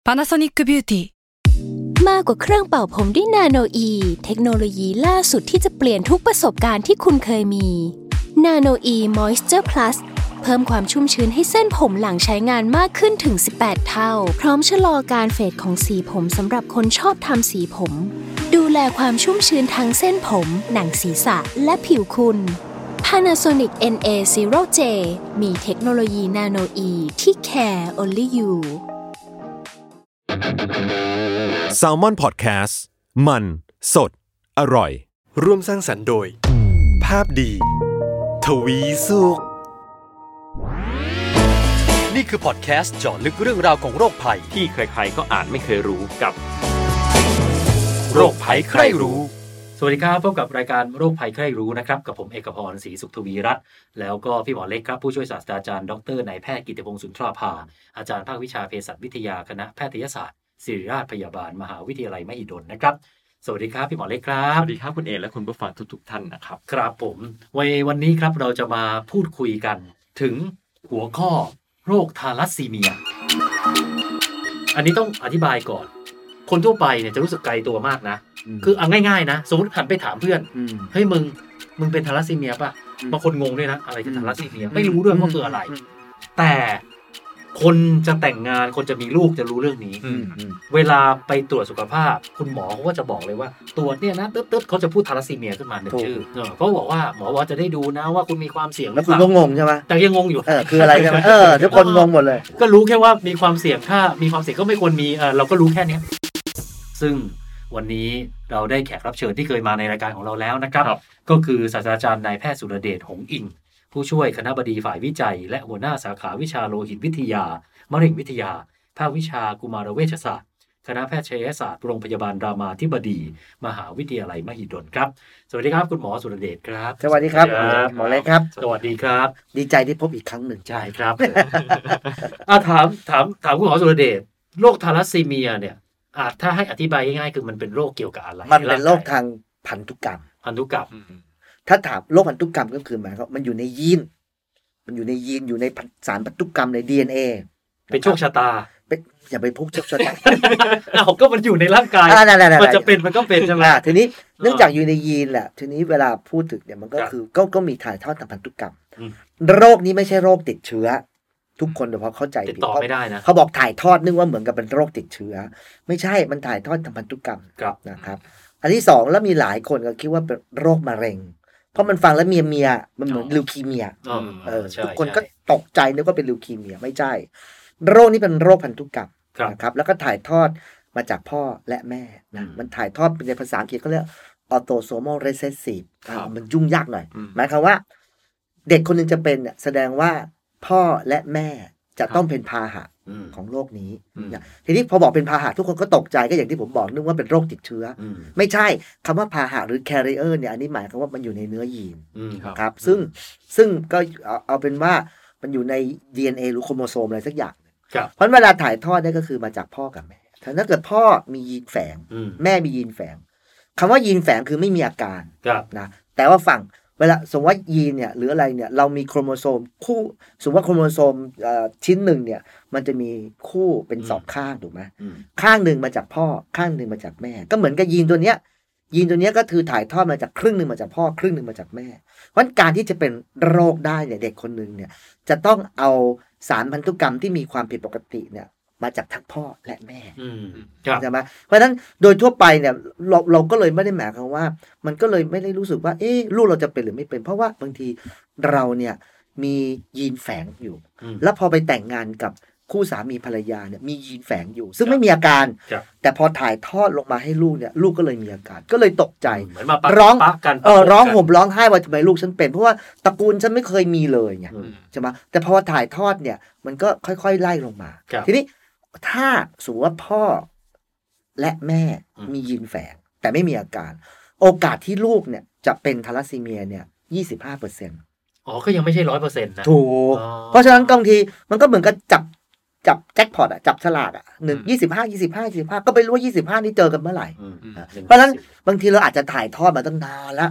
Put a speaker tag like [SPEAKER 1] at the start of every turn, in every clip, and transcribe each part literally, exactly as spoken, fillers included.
[SPEAKER 1] Panasonic Beauty
[SPEAKER 2] มากกว่าเครื่องเป่าผมด้วยนาโนอีเทคโนโลยีล่าสุดที่จะเปลี่ยนทุกประสบการณ์ที่คุณเคยมีนาโนอีมอยส์เจอร์พลัสเพิ่มความชุ่มชื้นให้เส้นผมหลังใช้งานมากขึ้นถึงสิบแปดเท่าพร้อมชะลอการเฟดของสีผมสำหรับคนชอบทำสีผมดูแลความชุ่มชื้นทั้งเส้นผมหนังศีรษะและผิวคุณ Panasonic เอ็น เอ ศูนย์ เจ มีเทคโนโลยีนาโนอีที่ care only you
[SPEAKER 3] Salmon Podcast มันสดอร่อย
[SPEAKER 4] ร่วมสร้างสรรค์โดยภาพดีทวีสุขนี่คือพอดแคสต์เจาะลึกเรื่องราวของโรคภัย
[SPEAKER 5] ที่ใครๆก็อ่านไม่เคยรู้กับ
[SPEAKER 4] โรคภัยใครรู้
[SPEAKER 5] สวัสดีครับพบกับรายการโรคภัยใครรู้นะครับกับผมเอกพรศรีสุขทวีรัตน์แล้วก็พี่หมอเล็กครับผู้ช่วยศาสตราจารย์ดรนายแพทย์กิติพงษ์สุนทราภาอาจารย์ภาควิชาเภสัชวิทยาคณะแพทยศาสตร์ศิริราชพยาบาลมหาวิทยาลัยมหิดลนะครับสวัสดีครับพี่หมอเล็กครับ
[SPEAKER 6] สวัสดีครับคุณเอและคุณผู้ฟังทุกๆท่านนะครับ
[SPEAKER 5] ครับผมวันวันนี้ครับเราจะมาพูดคุยกันถึงหัวข้อโรคทาลัสซีเมียอันนี้ต้องอธิบายก่อนคนทั่วไปเนี่ยจะรู้สึกไกลตัวมากนะคือเอาง่ายๆนะสมมติหันไปถามเพื่อนเฮ้ยมึงมึงเป็นทาลัสซีเมียป่ะบางคนงงด้วยนะอะไรคือทาลัสซีเมียไม่รู้ด้วยว่าคืออะไรแต่คนจะแต่งงานคนจะมีลูกจะรู้เรื่องนี้เวลาไปตรวจสุขภาพคุณหมอเขาก็จะบอกเลยว่าตรวจเนี่ยนะตึ๊ดๆเขาจะพูดทาลัสซีเมียขึ้นมาหนึ่งชื่อเขาบอกว่าหมอว่าจะได้ดูนะว่าคุณมีความเสี่ยง
[SPEAKER 7] แล้วคุณก็งงใช่ไหม
[SPEAKER 5] แต่ยังงงอยู่
[SPEAKER 7] เออคืออะไรใช่ไหมเออทุกคนงงหมดเลย
[SPEAKER 5] ก็รู้แค่ว่ามีความเสี่ยงถ้ามีความเสี่ยงก็ไม่ควรมีเออเราก็รู้แค่นี้ซึ่งวันนี้เราได้แขกรับเชิญที่เคยมาในรายการของเราแล้วนะครับก็คือศาสตราจารย์นายแพทย์สุรเดชหงส์อิงผู้ช่วยคณบดีฝ่ายวิจัยและหัวหน้าสาขาวิชาโลหิตวิทยามะเร็งวิทยาภาควิชากุมารเวชศาสตร์คณะแพทยศาสตร์โรงพยาบาลรามาธิบดีมหาวิทยาลัยมหิดลครับสวัสดีครับคุณหมอสุรเดชครับ
[SPEAKER 7] สวัสดีครับหมอเล็กครับ
[SPEAKER 5] สวัสดีครับ
[SPEAKER 7] ดีใจที่พบอีกครั้งหนึ่ง
[SPEAKER 5] ใช่ครับอ่ะถามถามถามคุณหมอสุรเดชโรคทาลัสซีเมียเนี่ยอาจถ้าให้อธิบายง่ายๆคือมันเป็นโรคเกี่ยวกับอะไร
[SPEAKER 7] มันเป็นโรคทางพันธุกรรม
[SPEAKER 5] พันธุกรรม
[SPEAKER 7] ถ้าถามโรคพันธุกรรมก็คือหมายความมันอยู่ในยีนมันอยู่ในยีนอยู่ในสารพันธุกรรมใน ดี เอ็น เอ
[SPEAKER 5] เป็นโชคชะตา
[SPEAKER 7] เป็นอย่าไปพูดโชคชะตา
[SPEAKER 5] อ้าวก็มันอยู่ในร่างกายมันจะเป็นมันก็เป็นใช่ไหม
[SPEAKER 7] ทีนี้เนื่องจากอยู่ในยีนแหละทีนี้เวลาพูดถึงเนี่ยมันก็คือก็ก็มีถ่ายทอดทางพันธุกรรมโรคนี้ไม่ใช่โรคติดเชื้อทุกคนเดี๋ยวพอเข้าใจ
[SPEAKER 5] ผิดต่อไม่ได้นะ
[SPEAKER 7] เขาบอกถ่ายทอดนึกว่าเหมือนกับเป็นโรคติดเชื้อไม่ใช่มันถ่ายทอดทางพันธุกรรมนะครับอันที่สองแล้วมีหลายคนก็คิดว่าเป็นโรคมะเร็งเพราะมันฟังแล้วเมียเมียมันเหมือนลิวคีเมียเออทุกคนก็ตกใจนึกว่าเป็นลิวคีเมียไม่ใช่โรคนี้เป็นโรคพันธุกรรมนะครับแล้วก็ถ่ายทอดมาจากพ่อและแม่นะมันถ่ายทอดเป็นในภาษาอังกฤษเขาเรียก autosomal recessive มันยุ่งยากหน่อยหมายความว่าเด็กคนนึงจะเป็นเนี่ยแสดงว่าพ่อและแม่จะต้องเป็นพาหะของโรคนี้ทีนี้พอบอกเป็นพาหะทุกคนก็ตกใจก็อย่างที่ผมบอกนึกว่าเป็นโรคติดเชื้อไม่ใช่คำว่าพาหะหรือ carrier เนี่ยอันนี้หมายความว่ามันอยู่ในเนื้อยีนครับซึ่งซึ่งก็เอาเอาเป็นว่ามันอยู่ใน ดี เอ็น เอ หรือโครโมโซมอะไรสักอย่างเพราะเวลาถ่ายทอดเนี่ยก็คือมาจากพ่อกับแม่ถ้าเกิดพ่อมียีนแฝงแม่มียีนแฝงคำว่ายีนแฝงคือไม่มีอาการนะแต่ว่าฝั่งเวลาสมมติว่ายีนเนี่ยหรืออะไรเนี่ยเรามีโครโมโซมคู่สมมติว่าโครโมโซมชิ้นหนึ่งเนี่ยมันจะมีคู่เป็นสองข้างถูกไหมข้างหนึ่งมาจากพ่อข้างหนึ่งมาจากแม่ก็เหมือนกับยีนตัวเนี้ยยีนตัวเนี้ยก็คือถ่ายทอดมาจากครึ่งหนึ่งมาจากพ่อครึ่งหนึ่งมาจากแม่เพราะการที่จะเป็นโรคได้เนี่ยเด็กคนหนึ่งเนี่ยจะต้องเอาสารพันธุกรรมที่มีความผิดปกติเนี่ยมาจากทั้งพ่อและแม่ใช่ไหมเพราะฉะนั้นโดยทั่วไปเนี่ยเราเราก็เลยไม่ได้หมายความว่ามันก็เลยไม่ได้รู้สึกว่าเอ๊ะลูกเราจะเป็นหรือไม่เป็นเพราะว่าบางทีเราเนี่ยมียีนแฝงอยู่แล้วพอไปแต่งงานกับคู่สามีภรรยาเนี่ยมียีนแฝงอยู่ซึ่งไม่มีอาการแต่พอถ่ายทอดลงมาให้ลูกเนี่ยลูกก็เลยมีอาการก็เลยตกใจร้องเออร้องห่มร้องไห้ว่าทำไมลูกฉันเป็นเพราะว่าตระกูลฉันไม่เคยมีเลยไงใช่ไหมแต่พอถ่ายทอดเนี่ยมันก็ค่อยๆไล่ลงมาทีนี้ถ้าสมมติว่าพ่อและแม่มียีนแฝงแต่ไม่มีอาการโอกาสที่ลูกเนี่ยจะเป็นทาลัสซีเมียเนี่ย ยี่สิบห้าเปอร์เซ็นต์
[SPEAKER 5] อ๋อก็ยังไม่ใช่ ร้อยเปอร์เซ็นต์ นะ
[SPEAKER 7] ถูกเพราะฉะนั้นบางทีมันก็เหมือนกับจับจับแจ็คพอตอ่ะจับฉลากอ่ะหนึ่ง ยี่สิบห้า ยี่สิบห้า ยี่สิบห้าก็ไม่รู้ว่ายี่สิบห้านี่เจอกันเมื่อไหร่เพราะฉะนั้นบางทีเราอาจจะถ่ายทอดมาตั้งนานแล้ว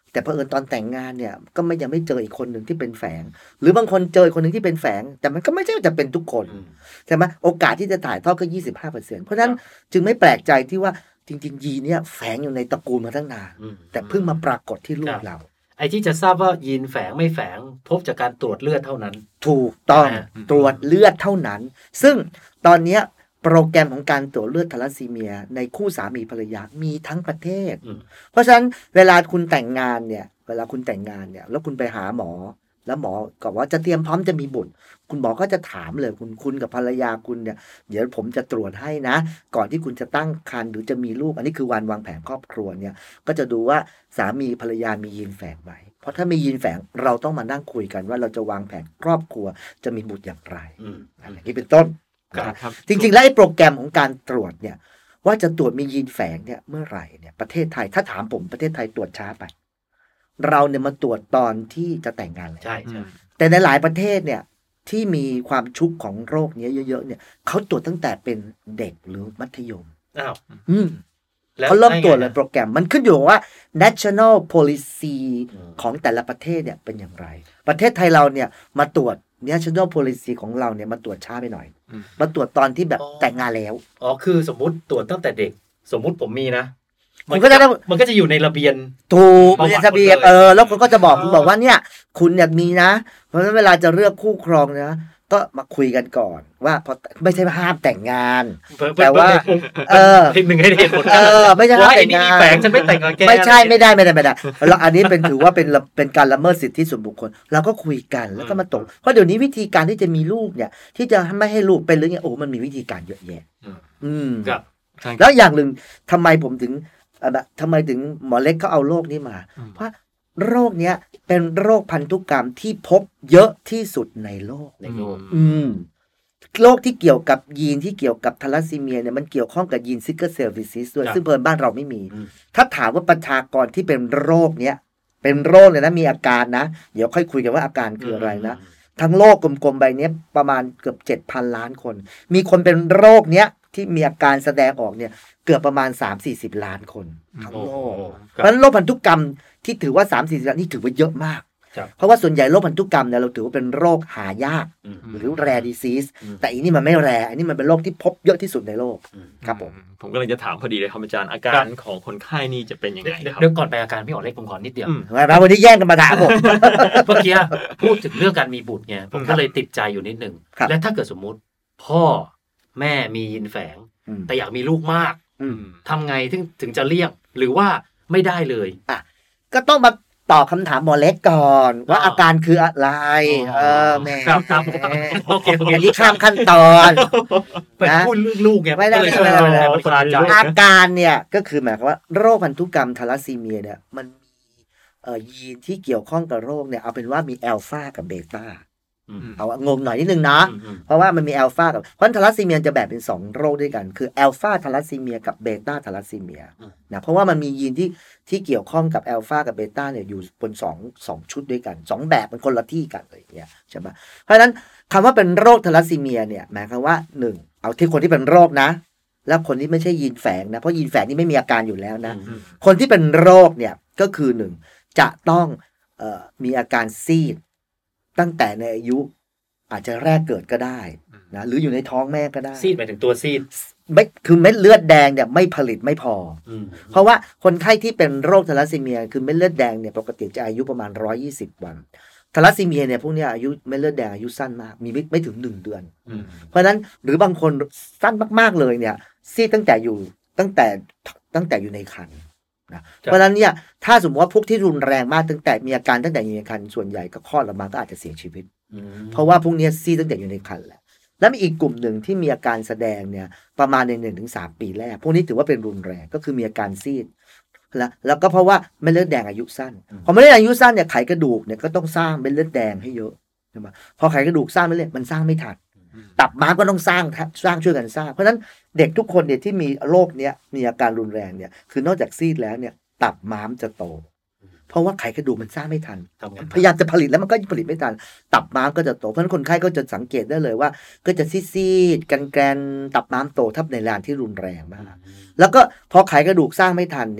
[SPEAKER 7] แต่เผอิญตอนแต่งงานเนี่ยก็ไม่ยังไม่เจออีกคนหนึ่งที่เป็นแฝงหรือบางคนเจออีกคนหนึ่งที่เป็นแฝงแต่มันก็ไม่ใช่จะเป็นทุกคนใช่ไหมโอกาสที่จะถ่ายทอดก็ ยี่สิบห้าเปอร์เซ็นต์ เพราะฉะนั้นจึงไม่แปลกใจที่ว่าจริงๆยีนเนี่ยแฝงอยู่ในตระกูลมาตั้งนานแต่เพิ่งมาปรากฏที่ลูกเรา
[SPEAKER 5] ไอ้ที่จะทราบว่ายีนแฝงไม่แฝงพบจากการตรวจเลือดเท่านั้น
[SPEAKER 7] ถูกต้องตรวจเลือดเท่านั้นซึ่งตอนนี้โปรแกรมของการตรวจเลือดทาลัสซีเมียในคู่สามีภรรยามีทั้งประเทศเพราะฉะนั้นเวลาคุณแต่งงานเนี่ยเวลาคุณแต่งงานเนี่ยแล้วคุณไปหาหมอแล้วหมอก็ว่าจะเตรียมพร้อมจะมีบุตรคุณหมอก็จะถามเลยคุณคุณกับภรรยาคุณเนี่ยเดี๋ยวผมจะตรวจให้นะก่อนที่คุณจะตั้งครรภ์หรือจะมีลูกอันนี้คือวันวางแผนครอบครัวเนี่ยก็จะดูว่าสามีภรรยามียีนแฝงไหมเพราะถ้ามียีนแฝงเราต้องมานั่งคุยกันว่าเราจะวางแผนครอบครัวจะมีบุตรอย่างไรอย่างนี้เป็นต้นจริงๆแล้วไอ้โปรแกรมของการตรวจเนี่ยว่าจะตรวจมียีนแฝงเนี่ยเมื่อไหร่เนี่ยประเทศไทยถ้าถามผมประเทศไทยตรวจช้าไปเราเนี่ยมาตรวจตอนที่จะแต่งงานเลย
[SPEAKER 5] ใช่ใช่
[SPEAKER 7] แต่ในหลายประเทศเนี่ยที่มีความชุกของโรคนี้เยอะๆเนี่ยเขาตรวจตั้งแต่เป็นเด็กหรือมัธยม
[SPEAKER 5] อ้าว
[SPEAKER 7] อืมเขาเริ่มตรวจเลยโปรแกรมมันขึ้นอยู่ว่า national policy ของแต่ละประเทศเนี่ยเป็นอย่างไรประเทศไทยเราเนี่ยมาตรวจnational policy ของเราเนี่ยมาตรวจช้าไปหน่อยมาตรวจตอนที่แบบแต่งงานแล้ว
[SPEAKER 5] อ๋อคือสมมุติตรวจตั้งแต่เด็กสมมุติผมมีนะมันก็จะมันก็จะอยู่ในระเบียน
[SPEAKER 7] ถูกในระเบียนเออแล้วคุณก็จะบอกคุณบอกว่าเนี่ยคุณอยากมีนะเพราะฉะนั้นเวลาจะเลือกคู่ครองนะก็มาคุยกันก่อนว่าพอไม่ใช่ห้ามแต่งงานแต่ว่าเออ
[SPEAKER 5] ทีหนึ่งให้เหตุผล
[SPEAKER 7] เออไม่ใช่ห้ามแต่งงาน
[SPEAKER 5] แฝงฉันไม่แต่งงานแก
[SPEAKER 7] ไม่ใช่ไม่ได้ไม่ได้ไม่ได้แล้วอันนี้เป็นถือว่าเป็นเป็นการละเมิดสิทธิส่วนบุคคลเราก็คุยกันแล้วก็มาตกเพราะเดี๋ยวนี้วิธีการที่จะมีลูกเนี่ยที่จะไม่ให้ลูกเป็นหรือไงโอ้มันมีวิธีการเยอะแยะอืมแล้วอย่างหนึ่งทำไมผมถึงทำไมถึงหมอเล็กเขาเอาโรคนี้มาเพราะโรคเนี้ยเป็นโรคพันธุกรรมที่พบเยอะที่สุดในโลก
[SPEAKER 5] ในโลก
[SPEAKER 7] อืมโรคที่เกี่ยวกับยีนที่เกี่ยวกับทาลัสซีเมียเนี่ยมันเกี่ยวข้องกับยีนซิกเกิลเซลล์ดิซีสด้วยซึ่งเพิ่นบ้านเราไม่มีถ้าถามว่าประชากรที่เป็นโรคเนี้ยเป็นโรคเนี่ยนะมีอาการนะเดี๋ยวค่อยคุยกันว่าอาการคืออะไรนะทั้งโลกกลมๆใบนี้ประมาณเกือบ เจ็ดพัน ล้านคนมีคนเป็นโรคเนี้ยที่มีอาการแสดงออกเนี่ยเกือบประมาณ สามถึงสี่สิบ ล้านคนทั้งโลกเพราะฉะนั้นโรคพันธุกรรมที่ถือว่า สามถึงสี่สิบ ล้านนี่ถือว่าเยอะมากเพราะว่าส่วนใหญ่โรคพันธุกรรมเนี่ยเราถือว่าเป็นโรคหายากหรือ rare disease แต่อันนี้มันไม่ rare อันนี้มันเป็นโรคที่พบเยอะที่สุดในโลกครับผม
[SPEAKER 6] ผมก็เลยจะถามพอดีเลยครับอาจารย์อาการของคนไข้นี่จะเป็นยังไงครับ
[SPEAKER 5] เดี๋ยวก่อนไปอาการพี่อ๋อเล็กผมขอนิดเดียว
[SPEAKER 7] มาวันนี้แย่งกันมาถามผม
[SPEAKER 5] เมื่อกี้พูดถึงเรื่องการมีบุตรไงผมก็เลยติดใจอยู่นิดนึงและถ้าเกิดสมมุติพ่อแม่มียีนแฝงแต่อยากมีลูกมากทำไงถึงถึงจะเลี่ยงหรือว่าไม่ได้เลย
[SPEAKER 7] อ่ะก็ต้องมาตอบคำถามหมอเล็กก่อนว่าอาการคืออะไรเออแม่อันนี้ข้ามขั้นตอน
[SPEAKER 5] นะพูดเรื่องลูกไง
[SPEAKER 7] ไม่ได้ไม่ได้อาการเนี่ยก็คือหมายความว่าโรคพันธุกรรมทาลัสซีเมียเนี่ยมันมีเอ่อยีนที่เกี่ยวข้องกับโรคเนี่ยเอาเป็นว่ามีอัลฟากับเบต้าเอางงหน่อยนิดนึงนะเพราะว่ามันมีอัลฟากับเพราะทาลัสซีเมียจะแบ่งเป็นสองโรคด้วยกันคืออัลฟาทาลัสซีเมียกับเบต้าทาลัสซีเมียนะเพราะว่ามันมียีนที่ที่เกี่ยวข้องกับอัลฟากับเบต้าเนี่ยอยู่บนสอง สองชุดด้วยกันสองแบบมันคนละที่กันเลยเนี่ยใช่ไหมเพราะฉะนั้นคำว่าเป็นโรคทาลัสซีเมียเนี่ยหมายความว่าหนึ่งเอาที่คนที่เป็นโรคนะแล้วคนที่ไม่ใช่ยีนแฝงนะเพราะยีนแฝงนี่ไม่มีอาการอยู่แล้วนะคนที่เป็นโรคเนี่ยก็คือหนึ่งจะต้องเอ่อมีอาการซีดตั้งแต่ในอายุอาจจะแรกเกิดก็ได้นะหรืออยู่ในท้องแม่ก็ได้
[SPEAKER 5] ซีดหมายถึงตัวซีด
[SPEAKER 7] ไม่คือเม็ดเลือดแดงเนี่ยไม่ผลิตไม่พอเพราะว่าคนไข้ที่เป็นโรคทาลัสซีเมียคือเม็ดเลือดแดงเนี่ยปกติจะอายุประมาณหนึ่งร้อยยี่สิบวันทาลัสซีเมียเนี่ยพวกนี้อายุเม็ดเลือดแดงอายุสั้นมากมีไม่ไม่ถึงหนึ่งเดือนเพราะฉะนั้นหรือบางคนสั้นมากๆเลยเนี่ยซีดตั้งแต่อยู่ตั้งแต่ตั้งแต่อยู่ในครรภ์นะเพราะฉะนั้นเนี่ยถ้าสมมติว่าพวกที่รุนแรงมากตั้งแต่มีอาการตั้งแต่อยู่ในครรภ์ส่วนใหญ่ก็คลอดออกมาก็อาจจะเสียชีวิตเพราะว่าพวกนี้ซีดตั้งแต่อยู่ในครรภ์แหละแล้วมีอีกกลุ่มหนึ่งที่มีอาการแสดงเนี่ยประมาณใน หนึ่งถึงสาม ปีแรกพวกนี้ถือว่าเป็นรุนแรงก็คือมีอาการซีดแล้วแล้วก็เพราะว่าเม็ดเลือดแดงอายุสั้นพอเม็ดเลือดอายุสั้นเนี่ยไขกระดูกเนี่ยก็ต้องสร้างเม็ดเลือดแดงให้เยอะใช่ไหมพอไขกระดูกสร้างเม็ดเลือดมันสร้างไม่ทันตับม้ามก็ต้องสร้างสร้างช่วยกันสร้างเพราะฉะนั้นเด็กทุกคนเนี่ยที่มีโรคเนี้ยมีอาการรุนแรงเนี่ยคือนอกจากซีดแล้วเนี่ยตับม้ามจะโตเพราะว่าไขกระดูกมันสร้างไม่ทันพยายามจะผลิตแล้วมันก็ผลิตไม่ทันตับม้ามก็จะโตเพราะฉะนั้นคนไข้ก็จะสังเกตได้เลยว่าก็จะซีดๆกันแกนตับม้ามโตทับในลานที่รุนแรงมากแล้วก็พอไขกระดูกสร้างไม่ทันเนี่ย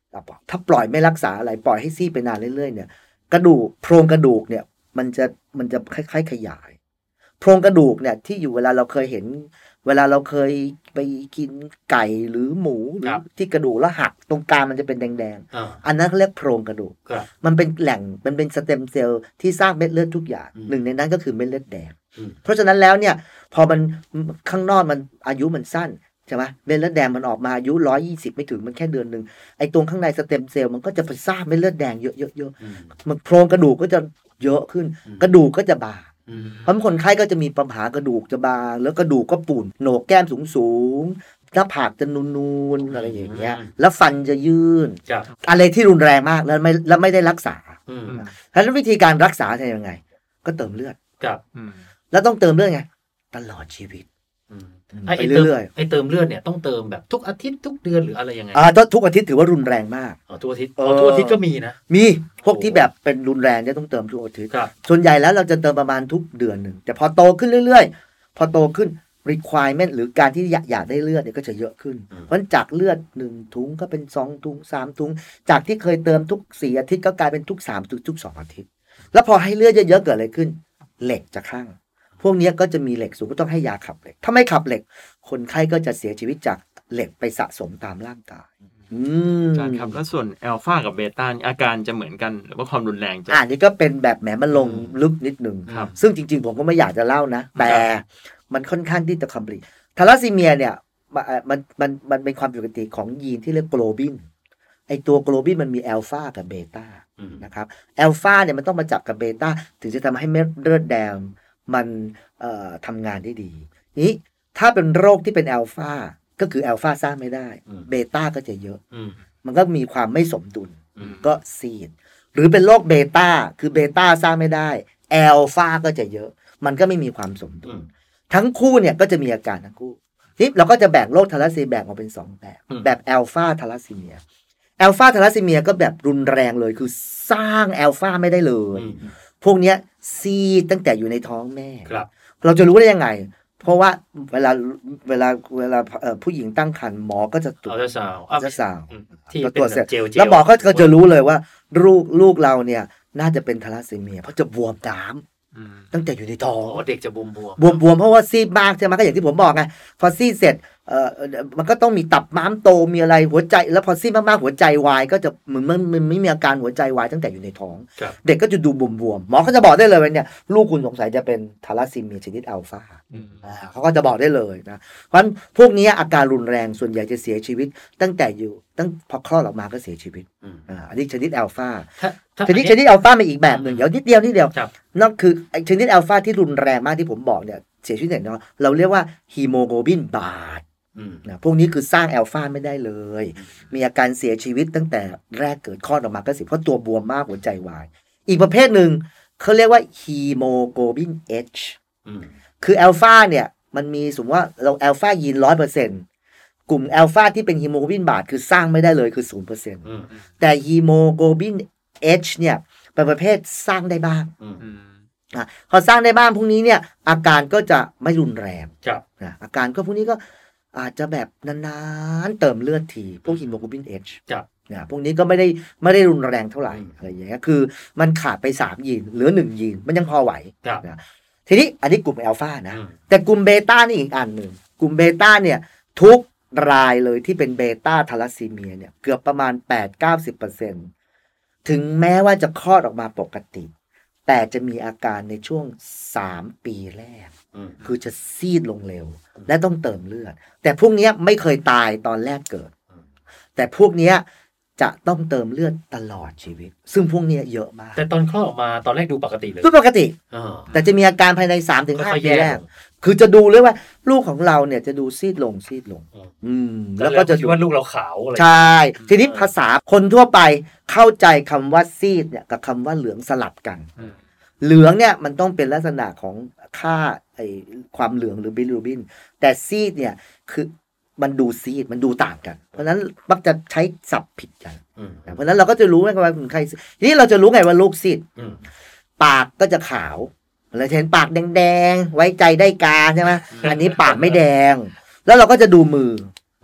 [SPEAKER 7] ถ้าปล่อยไม่รักษาอะไรปล่อยให้ซีดไปนานเรื่อยๆเนี่ยกระดูกโพรงกระดูกเนี่ยมันจะมันจะคล้ายๆขยายโพรงกระดูกเนี่ยที่อยู่เวลาเราเคยเห็นเวลาเราเคยไปกินไก่หรือหมูหรือที่กระดูกแล้วหักตรงกลางมันจะเป็นแดงๆอันนั้นเขาเรียกโพรงกระดูกมันเป็นแหล่งมันเป็นสเต็มเซลล์ที่สร้างเม็ดเลือดทุกอย่างหนึ่งในนั้นก็คือเม็ดเลือดแดงเพราะฉะนั้นแล้วเนี่ยพอมันข้างนอกมันอายุมันสั้นใช่ไหมเม็ดเลือดแดงมันออกมาอายุร้อยยี่สิบไม่ถึงมันแค่เดือนนึงไอ้ตรงข้างในสเต็มเซลล์มันก็จะไปสร้างเม็ดเลือดแดงเยอะๆๆมันโพรงกระดูกก็จะเยอะขึ้นกระดูกก็จะบางเพราะคนไข้ก็จะมีปัญหากระดูกจะบางแล้วกระดูกก็ปุ่นโหนกแก้มสูงๆหน้าผากจะนูนๆอะไรอย่างเงี้ยแล้วฟันจะยื่นอะไรที่รุนแรงมากแล้วไม่แล้วไม่ได้รักษาเพราะฉะนั้นวิธีการรักษาจะยังไงก็เติมเลือดแล้วต้องเติมเลือดไงตลอดชีวิต
[SPEAKER 5] ไอ้เติมไอ้เติมเลือดเนี่ยต้องเติมแบบทุกอาทิตย์ทุกเดือนหรืออะไรยังไง
[SPEAKER 7] อ่าทุกอาทิตย์ถือว่ารุนแรงมาก
[SPEAKER 5] อ๋อทุกอาทิตย์อ๋อทุกอาทิตย์ก็มีนะ
[SPEAKER 7] มีพวกที่แบบเป็นรุนแรงเนี่ยต้องเติมทุกอาทิตย์ส่วนใหญ่แล้วเราจะเติมประมาณทุกเดือนหนึ่งแต่พอโตขึ้นเรื่อยๆพอโตขึ้น requirement หรือการที่อยากได้เลือดเนี่ยก็จะเยอะขึ้นเพราะจากเลือดหนึ่งถุงก็เป็นสองถุงสามถุงจากที่เคยเติมทุกสี่อาทิตย์ก็กลายเป็นทุกสามถุงทุกสองอาทิตย์แล้วพอให้เลือดเยอะๆเกิดอะไรขึ้นเหล็กจะคั่งพวกนี้ก็จะมีเหล็กสูงก็ต้องให้ยาขับเหล็กถ้าไม่ขับเหล็กคนไข้ก็จะเสียชีวิตจากเหล็กไปสะสมตามร่างกาย
[SPEAKER 6] อาจารย์ครับแล้วส่วนอัลฟากับเบต้าอาการจะเหมือนกันหรือว่าความรุนแรงจะ
[SPEAKER 7] อ่านี่ก็เป็นแบบแหมมันลงลึกนิดนึงซึ่งจริงๆผมก็ไม่อยากจะเล่านะแต่มันค่อนข้างที่จะคอมพลีททาลัสซีเมียเนี่ยมันมันมันเป็นความผิดปกติของยีนที่เรียกโกลบินไอตัวโกลบินมันมีอัลฟากับเบต้านะครับอัลฟาเนี่ยมันต้องมาจับกับเบต้าถึงจะทำให้เม็ดเลือดแดงมันเอ่อทำงานได้ดีนี้ถ้าเป็นโรคที่เป็นอัลฟาก็คืออัลฟาสร้างไม่ได้เบต้าก็จะเยอะมันก็มีความไม่สมดุลก็ซีดหรือเป็นโรคเบต้าคือเบต้าสร้างไม่ได้อัลฟาก็จะเยอะมันก็ไม่มีความสมดุลทั้งคู่เนี่ยก็จะมีอาการทั้งคู่ทีเราก็จะแบ่งโรคทาลัสซีเมียแบ่งออกเป็นสองแบบแบบอัลฟาทาลัสซีเมียอัลฟาทาลัสซีเมียก็แบบรุนแรงเลยคือสร้างอัลฟาไม่ได้เลยพวกเนี้ยซีดตั้งแต่อยู่ในท้องแม่เราจะรู้ได้ยังไงเพราะว่าเวลาเวลาเวลาผู้หญิงตั้งครรภ์หมอก็จะตรวจ
[SPEAKER 5] อัลตราซาวด์
[SPEAKER 7] อัลตราซาวด์ที่ตรวจเสร็จแล้วหมอก็จะรู้เลยว่าลูกลูกเราเนี่ยน่าจะเป็นทาลัสซีเมียเพราะจะบวมน้ำตั้งแต่อยู่ในท้อง
[SPEAKER 5] เด็กจะบวมบวม
[SPEAKER 7] บวมบวมเพราะว่าซีดมากใช่ไหมก็อย่างที่ผมบอกไงพอซีดเสร็จเอ่อมันก็ต้องมีตับม้ามโตมีอะไรหัวใจแล้วพอซีดมากๆหัวใจวายก็จะเหมือนมันมันไม่มีอาการหัวใจวายตั้งแต่อยู่ในท้องเด็กก็จะดูบวมบวมหมอก็จะบอกได้เลยว่าเนี่ยลูกคุณสงสัยจะเป็นทาลัสซีเมียชนิดอัลฟาเขาก็จะบอกได้เลยนะเพราะฉะนั้นพวกนี้อาการรุนแรงส่วนใหญ่จะเสียชีวิตตั้งแต่อยู่ตั้งพอคลอดออกมาก็เสียชีวิตอ่าอันนี้ชนิดอัลฟาชนิดชนิดอัลฟาเป็นอีกแบบหนึ่งเดี๋ยวนิดเดียวนิดเดียวนั่นคือไอ้ชนิดอัลฟาที่รุนแรงมากที่ผมบอกเนี่ยเสียชีวิตเนี่ยเนาะเราเรียกว่าฮีโมโกลบินบาดนะพวกนี้คือสร้างอัลฟาไม่ได้เลยมีอาการเสียชีวิตตั้งแต่แรกเกิดคลอดออกมาก็เสียเพราะตัวบวมมากหัวใจวายอีกประเภทหนึ่งเขาเรียกว่าฮีโมโกลบิน H คืออัลฟาเนี่ยมันมีสมมติว่าเราอัลฟายีน ร้อยเปอร์เซ็นต์ กลุ่มอัลฟาที่เป็นฮีโมโกลบินบาดคือสร้างไม่ได้เลยคือ ศูนย์เปอร์เซ็นต์ แต่ฮีโมโกลบิน H เนี่ยเป็นประเภทสร้างได้บ้างอ่ะพอสร้างได้บ้างพวกนี้เนี่ยอาการก็จะไม่รุนแรงนะอาการก็พวกนี้ก็อาจจะแบบนานๆเติมเลือดทีพวกฮีโมโกลบิน H นะพวกนี้ก็ไม่ได้ไม่ได้รุนแรงเท่าไหร่อะไรอย่างเงี้ยคือมันขาดไปสามยีนเหลือหนึ่งยีนมันยังพอไหวนะทีนี้อันนี้กลุ่มอัลฟานะแต่กลุ่มเบต้านี่อีกอันหนึ่งกลุ่มเบต้าเนี่ยทุกรายเลยที่เป็นเบต้าทาลัสซีเมียเนี่ยเกือบประมาณ แปดถึงเก้าสิบเปอร์เซ็นต์ ถึงแม้ว่าจะคลอดออกมาปกติแต่จะมีอาการในช่วงสามปีแรกคือจะซีดลงเร็วและต้องเติมเลือดแต่พวกนี้ไม่เคยตายตอนแรกเกิดแต่พวกนี้จะต้องเติมเลือดตลอดชีวิตซึ่งพวกนี้เยอะมาก
[SPEAKER 5] แต่ตอนคลอดออกมาตอนแรกดูปกติเลย
[SPEAKER 7] ดูปกติแต่จะมีอาการภายใน สามถึงห้า ปีแรกคือจะดูเลยว่าลูกของเราเนี่ยจะดูซีดลงซีดลงอืม
[SPEAKER 5] แล้วก็จะคิดว่าลูกเราขาวอะไร
[SPEAKER 7] ใช่ทีนี้ภาษาคนทั่วไปเข้าใจคำว่าซีดเนี่ยกับคำว่าเหลืองสลับกันเหลืองเนี่ยมันต้องเป็นลักษณะของค่าไอความเหลืองหรือบิลิรูบินแต่ซีดเนี่ยคือมันดูซีดมันดูต่างกันเพราะนั้นมักจะใช้ศัพท์ผิดกันเพราะนั้นเราก็จะรู้ไงว่าคนไข้ทีนี้เราจะรู้ไงว่าลูกซีดปากก็จะขาวเราเห็นปากแดงๆไว้ใจได้กาใช่ไหมอันนี้ปากไม่แดงแล้วเราก็จะดูมือ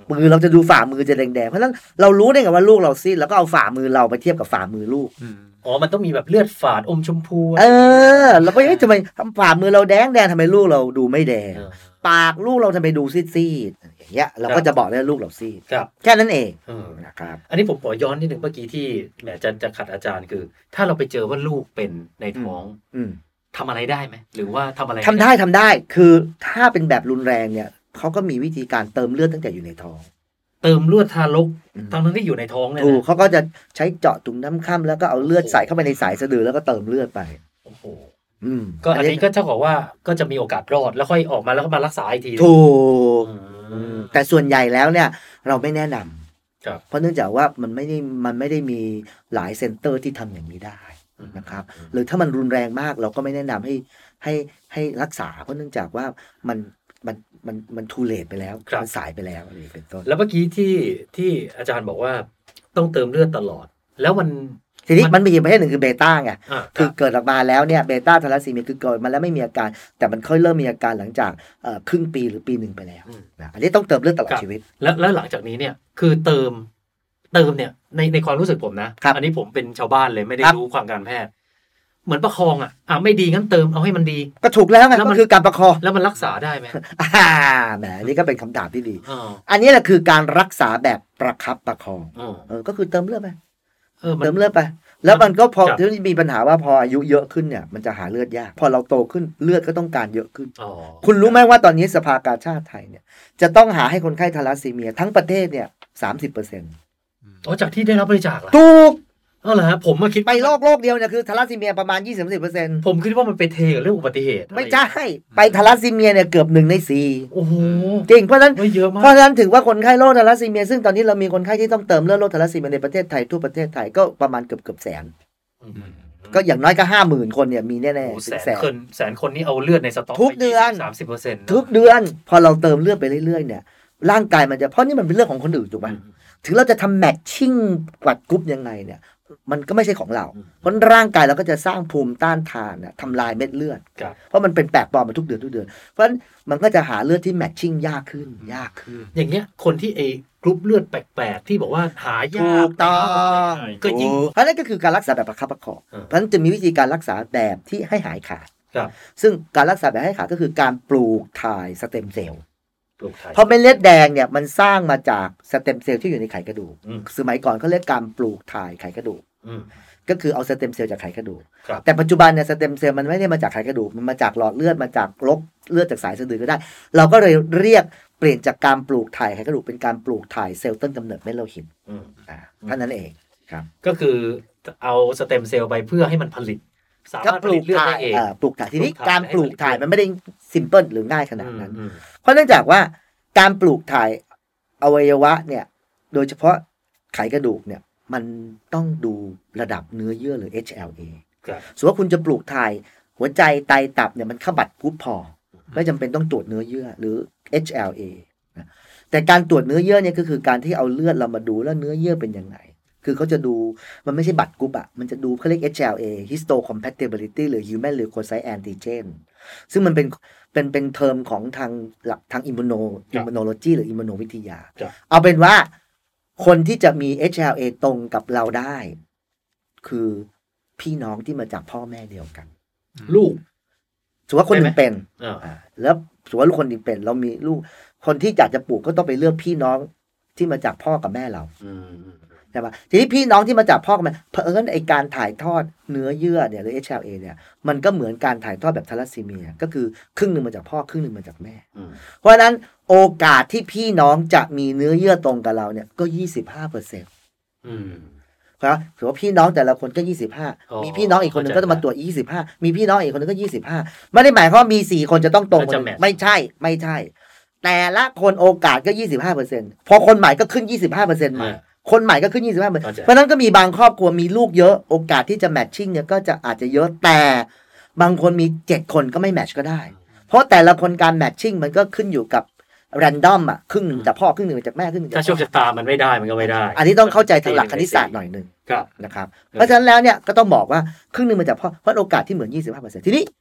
[SPEAKER 7] มือเราจะดูฝ่ามือจะแดงๆเพราะฉะนั้นเรารู้ได้ไงว่าลูกเราซีดแล้วก็เอาฝ่ามือเราไปเทียบกับฝ่ามือลูก
[SPEAKER 5] อ๋อมันต้องมีแบบเลือดฝาดอมชมพู
[SPEAKER 7] เออแล้วก็เอ๊ะทำไมฝ่ามือเราแดงแดงทำไมลูกเราดูไม่แดงปากลูกเราทำไมดูซีดๆอย่างเงี้ยเราก็จะบอกได้ลูกเราซีดแค่นั้นเองนะครับ
[SPEAKER 5] อันนี้ผมขอย้อนนิดนึงเมื่อกี้ที่แหมจะจะขัดอาจารย์คือถ้าเราไปเจอว่าลูกเป็นในท้องทำอะไรได้ไหมหรือว่าทำอะไร
[SPEAKER 7] ทำได้ทำได้คือถ้าเป็นแบบรุนแรงเนี่ยเขาก็มีวิธีการเติมเลือดตั้งแต่อยู่ในท้อง
[SPEAKER 5] เติมเลือดทารกทั้งนั้นที่อยู่ในท้องเนี่ย
[SPEAKER 7] ถูกเขาก็จะใช้เจาะถุงน้ำค่ำแล้วก็เอาเลือดใส่เข้าไปในสายสะดือแล้วก็เติมเลือดไป
[SPEAKER 5] โอ้โหก็อันนี้ก็เท่ากับว่าก็จะมีโอกาสรอดแล้วค่อยออกมาแล้วก็มารักษาอีกที
[SPEAKER 7] ถูกแต่ส่วนใหญ่แล้วเนี่ยเราไม่แนะนำเพราะเนื่องจากว่ามันไม่ได้มันไม่ได้มีหลายเซ็นเตอร์ที่ทำอย่างนี้ได้นะครับหรือถ้ามันรุนแรงมากเราก็ไม่แนะนำให้ให้ให้รักษาเพราะเนื่องจากว่ามันมันมันมันทูเลตไปแล้วมันสายไปแล้วอะไรเป็นต้น
[SPEAKER 5] แล้วเมื่อกี้ที่ที่อาจารย์บอกว่าต้องเติมเลือดตลอดแล้วมัน
[SPEAKER 7] ทีนี้มันมีอีกประเภทหนึ่งคือเบต้าไงคือเกิดออกมาแล้วเนี่ยเบต้าทาลัสซีเมียคือเกิดมาแล้วไม่มีอาการแต่มันค่อยเริ่มมีอาการหลังจากครึ่งปีหรือปีหนึ่งไปแล้วนะอันนี้ต้องเติมเลือดตลอดชีวิต
[SPEAKER 5] แล้วแล้วหลังจากนี้เนี่ยคือเติมเติมเนี่ยในในความรู้สึกผมนะอันนี้ผมเป็นชาวบ้านเลยไม่ได้รู้ความการแพทย์เหมือนประคองอ่ะอ่ะไม่ดีงั้นเติมเอาให้มันดี
[SPEAKER 7] ก็ถูกแล้วไงก็คือการประคอง
[SPEAKER 5] แล้วมันรักษาได้ไหม
[SPEAKER 7] อ่าแหมนี่ก็เป็นคำถามที่ดีอันนี้แหละคือการรักษาแบบประคับประคองเออก็คือเติมเลือดไปเติมเลือดไปแล้วมันก็พอที่มีปัญหาว่าพออายุเยอะขึ้นเนี่ยมันจะหาเลือดยากพอเราโตขึ้นเลือดก็ต้องการเยอะขึ้นคุณรู้ไหมว่าตอนนี้สภากาชาดไทยเนี่ยจะต้องหาให้คนไข้ทาลัสซีเมียทั้งประเทศเนี่ยสามสิบเปอร์เซ็นต์
[SPEAKER 5] อ๋อจากที่ได้รับบริจาคเหรอ
[SPEAKER 7] ถูก
[SPEAKER 5] อ๋อเหรอครับผมมาคิด
[SPEAKER 7] ไปโรคโรคเดียวเนี่ยคือทาลัสซีเมียประมาณ ยี่สิบถึงสามสิบเปอร์เซ็นต์
[SPEAKER 5] ผมคิดว่ามันไปเทกับเรื่องอุบัติเหตุ
[SPEAKER 7] ไม่ใช่ไปทาลัสซีเมียเนี่ยเกือบหนึ่งในสี่
[SPEAKER 5] โอ้โห
[SPEAKER 7] จริงเพราะฉะนั้นเพราะฉะนั้นถึงว่าคนไข้โรคทาลัสซีเมียซึ่งตอนนี้เรามีคนไข้ที่ต้องเติมเลือดโรคทาลัสซีเมียในประเทศไทยทั่วประเทศไทยก็ประมาณเกือบเกือบแสนก็อย่างน้อยก็ห้าหมื่นคนเนี่ยมีแน่
[SPEAKER 5] ๆแสนคนแสนคนนี้เอาเลือดในสต็อก
[SPEAKER 7] ทุกเดือน
[SPEAKER 5] สามสิบเปอร์เซ็นต์
[SPEAKER 7] ทุกเดือนพอเราเติมเลือดไปเรื่อยๆเนี่ยร่างกายมันจะเพราะนี่มันเป็นเรื่องของคนอื่นถูกไหมถึงเราจะทำแมทชิ่งกวัดกรุ๊ปยังไงเนี่ยมันก็ไม่ใช่ของเราเพราะร่างกายเราก็จะสร้างภูมิต้านทานทำลายเม็ดเลือดเพราะมันเป็นแปลกปลอมมาทุกเดือนทุกเดือนเพราะฉะนั้นมันก็จะหาเลือดที่แมทชิ่งยากขึ้นยากขึ้น
[SPEAKER 5] อย่างเงี้ยคนที่เอกรุ๊ปเลือดแปลกๆที่บอกว่าหายาก
[SPEAKER 7] ก็ยิ่งเพราะนั่นก็คือการรักษาแบบประคับประคองเพราะฉะนั้นจะมีวิธีการรักษาแบบที่ให้หายขาดซึ่งการรักษาแบบให้ขาดก็คือการปลูกถ่ายสเต็มเซลล์เพราะเม็ดเลือดแดงเนี่ยมันสร้างมาจากสเต็มเซลล์ที่อยู่ในไขกระดูกสมัยก่อนเขาเรียกการปลูกถ่ายไขกระดูกก็คือเอาสเต็มเซลล์จากไขกระดูกแต่ปัจจุบันเนี่ยสเต็มเซลล์มันไม่ได้มาจากไขกระดูกมันมาจากหลอดเลือดมาจากลบเลือดจากสายสะดือก็ได้เราก็เลยเรียกเปลี่ยนจากการปลูกถ่ายไขกระดูกเป็นการปลูกถ่ายเซลล์ต้นกำเนิดเม็ดโลหิตอ่าเท่านั้นเองครับ
[SPEAKER 5] ก็คือเอาสเต็มเซลล์ไปเพื่อให้มันผลิตสามารถผลิตเลือดได้เอง
[SPEAKER 7] ปลูกถ่ายทีนี้การปลูกถ่ายมันไม่ได้ซิมเพิลหรือง่ายขนาดนั้นเพราะเนื่องจากว่าการปลูกถ่ายอวัยวะเนี่ยโดยเฉพาะไขกระดูกเนี่ยมันต้องดูระดับเนื้อเยื่อหรือ เอช แอล เอ สมมติว่าคุณจะปลูกถ่ายหัวใจไตตับเนี่ยมันเข้าบัตรกรุ๊ปพอไม่จำเป็นต้องตรวจเนื้อเยื่อหรือ เอช แอล เอ แต่การตรวจเนื้อเยื่อเนี่ยก็คือการที่เอาเลือดเรามาดูแล้วเนื้อเยื่อเป็นยังไงคือเขาจะดูมันไม่ใช่บัตรกรุ๊ปอะมันจะดูเขาเรียก เอช แอล เอ histocompatibility หรือ human leukocyte antigen ซึ่งมันเป็นเป็นเป็นเทอมของทางหลักทางอิมมูโนอิมมูโนโลจีหรืออิมมูโนวิทยาเอาเป็นว่าคนที่จะมี เอช แอล เอ ตรงกับเราได้คือพี่น้องที่มาจากพ่อแม่เดียวกันลูกสมมติว่าคนหนึ่งเป็นอ่าแล้วสมมติว่าลูกคนหนึ่งเป็นเรามีลูกคนที่อยากจะปลูกก็ต้องไปเลือกพี่น้องที่มาจากพ่อกับแม่เราใช่ป่ะทีนี้พี่น้องที่มาจากพ่อกับแม่เผอิญไอการถ่ายทอดเนื้อเยื่อเนี่ยหรือ เอช แอล เอ เนี่ยมันก็เหมือนการถ่ายทอดแบบทาลัสซีเมียก็คือครึ่งนึงมาจากพ่อครึ่งนึงมาจากแม่เพราะฉะนั้นโอกาสที่พี่น้องจะมีเนื้อเยื่อตรงกับเราเนี่ยก็ ยี่สิบห้าเปอร์เซ็นต์ อืมครับถือว่าพี่น้องแต่ละคนก็ยี่สิบห้ามีพี่น้องอีกคนนึงก็จะมาตรวจยี่สิบห้ามีพี่น้องอีกคนนึงก็ยี่สิบห้าไม่ได้หมายความว่ามีสี่คนจะต้องตรงไม่ใช่ไม่ใช่แต่ละคนโอกาสก็ ยี่สิบห้าเปอร์เซ็นต์ พอคนใหม่ก็ขึ้น ยี่สิบห้าเปอร์เซ็นต์ ใหม่คนใหม่ก็ขึ้น ยี่สิบห้าเปอร์เซ็นต์ เพราะนั้นก็มีบางครอบครัวมีลูกเยอะโอกาสที่จะแมทชิ่งเนี่ยก็จะอาจจะเยอะแต่บางคนมีเจ็ดคนก็ไม่แมทช์ก็ได้เพราะแต่ละคนการแมทชิ่งมันก็ขึ้นอยู่กับแรนดอมอ่ะครึ่งนึงจากพ่อครึ่งนึงจากแม่ครึ่งนึง
[SPEAKER 5] ถ้าโชคชะตามันไม่ได้มันก็ไม่ได้
[SPEAKER 7] อันนี้ต้องเข้าใจทางหลักคณิตศาสตร์หน่อยนึงนะครับเพราะฉะนั้นแล้วเนี่ยก็ต้องบอกว่าครึ่งนึงมาจากพ่อเพราะโอกาสที่เหมือน ยี่สิบห้าเปอร์เซ็นต์ ทีนี้